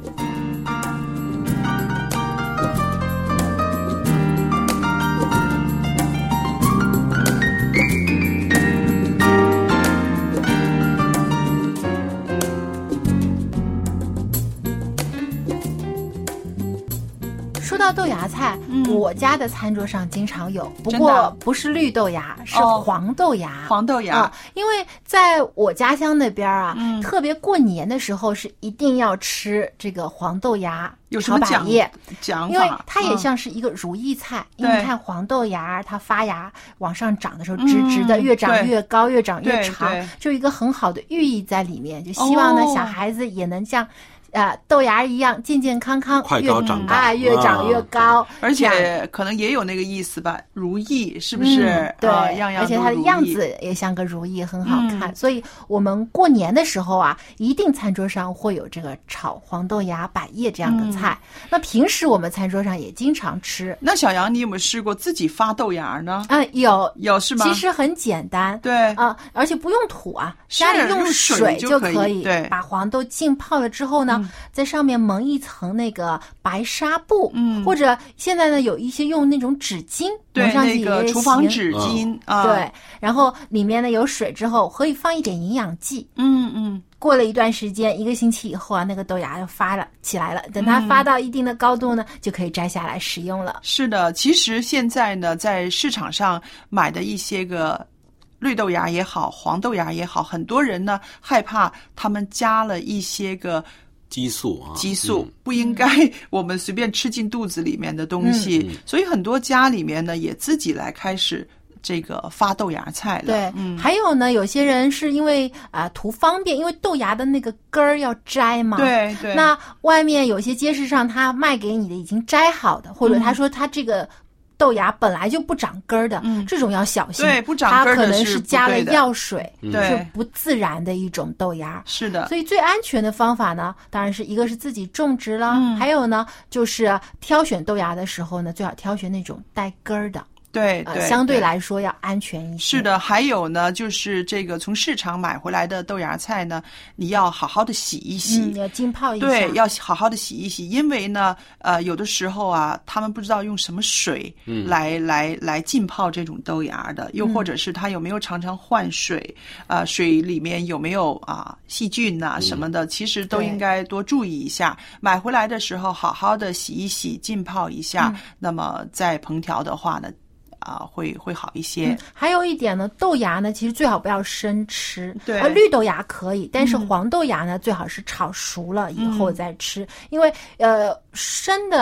说到豆芽菜，我家的餐桌上经常有，不过不是绿豆芽，是黄豆芽。 黄豆芽， 因为在我家乡那边啊，特别过年的时候是一定要吃这个黄豆芽。 有什么讲法？ 因为它也像是一个如意菜，因为你看黄豆芽它发芽往上长的时候直直的，越长越高，越长越长，就一个很好的寓意在里面，就希望呢小孩子也能像豆芽一样健健康康， 快高长大， 越长越高， 而且可能也有那个意思吧，如意是不是？ 对， 样样都如意， 而且它的样子也像个如意，很好看。所以我们过年的时候啊，一定餐桌上会有这个炒黄豆芽、百叶这样的菜。那平时我们餐桌上也经常吃。 那小杨，你有没有试过自己发豆芽呢？ 有是吗？ 其实很简单， 对而且不用土啊，家里用水就可以。 对， 把黄豆浸泡了之后呢，在上面蒙一层那个白纱布，或者现在呢有一些用那种纸巾蒙上去也行， 那个厨房纸巾对，然后里面呢有水之后，可以放一点营养剂。过了一段时间，1个星期以后啊，那个豆芽就发了起来了。等它发到一定的高度呢，就可以摘下来食用了。 是的，其实现在呢，在市场上买的一些个绿豆芽也好，黄豆芽也好，很多人呢害怕他们加了一些个激素不应该我们随便吃进肚子里面的东西，所以很多家里面呢也自己来开始这个发豆芽菜了。 对，还有呢，有些人是因为图方便，因为豆芽的那个根儿要摘嘛。 对。 那外面有些街市上他卖给你的已经摘好的，或者他说他这个豆芽本来就不长根儿的，这种要小心。 对，不长根儿的它可能是加了药水， 对， 是不自然的一种豆芽。 是的， 所以最安全的方法呢，当然是一个是自己种植了，还有呢就是挑选豆芽的时候呢，最好挑选那种带根儿的。 对， 相对来说要安全一些。 是的，还有呢，就是这个从市场买回来的豆芽菜呢，你要好好的洗一洗， 要浸泡一下。 对，要好好的洗一洗，因为呢，有的时候啊，他们不知道用什么水来浸泡这种豆芽的，又或者是他有没有常常换水，水里面有没有细菌什么的，其实都应该多注意一下。买回来的时候好好的洗一洗，浸泡一下，那么再烹调的话呢，会好一些。 还有一点呢，豆芽呢，其实最好不要生吃。 对， 绿豆芽可以，但是黄豆芽呢，最好是炒熟了以后再吃，因为生的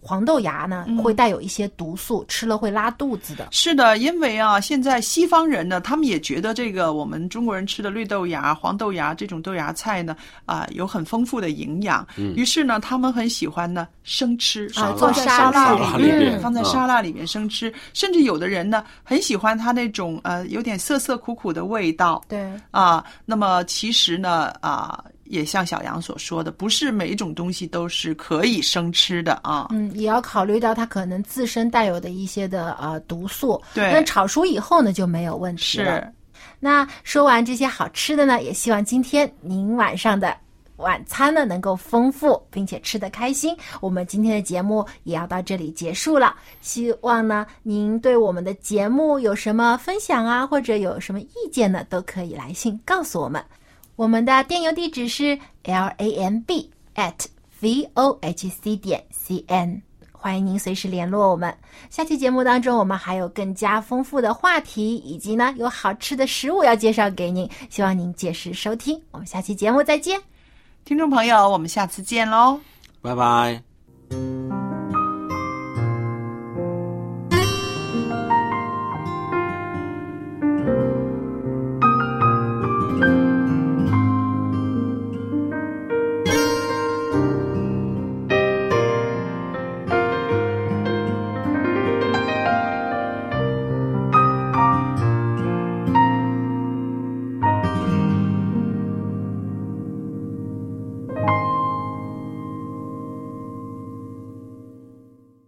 黄豆芽呢会带有一些毒素，吃了会拉肚子的。 是的，因为啊，现在西方人呢，他们也觉得这个我们中国人吃的绿豆芽、黄豆芽这种豆芽菜呢，有很丰富的营养。于是呢，他们很喜欢呢生吃， 做沙拉里面，放在沙拉里面生吃。甚至有的人呢，很喜欢它那种有点涩涩苦苦的味道。 对那么其实呢也像小杨所说的，不是每一种东西都是可以生吃的啊。 也要考虑到它可能自身带有的一些的毒素。 对， 那炒熟以后呢就没有问题了。是。那说完这些好吃的呢，也希望今天您晚上的晚餐呢能够丰富，并且吃得开心。我们今天的节目也要到这里结束了。希望呢您对我们的节目有什么分享啊，或者有什么意见呢，都可以来信告诉我们。我们的电邮地址是 lamb@vohc.cn， 欢迎您随时联络我们。下期节目当中，我们还有更加丰富的话题，以及呢有好吃的食物要介绍给您，希望您届时收听。我们下期节目再见， 听众朋友，我们下次见喽， 拜拜。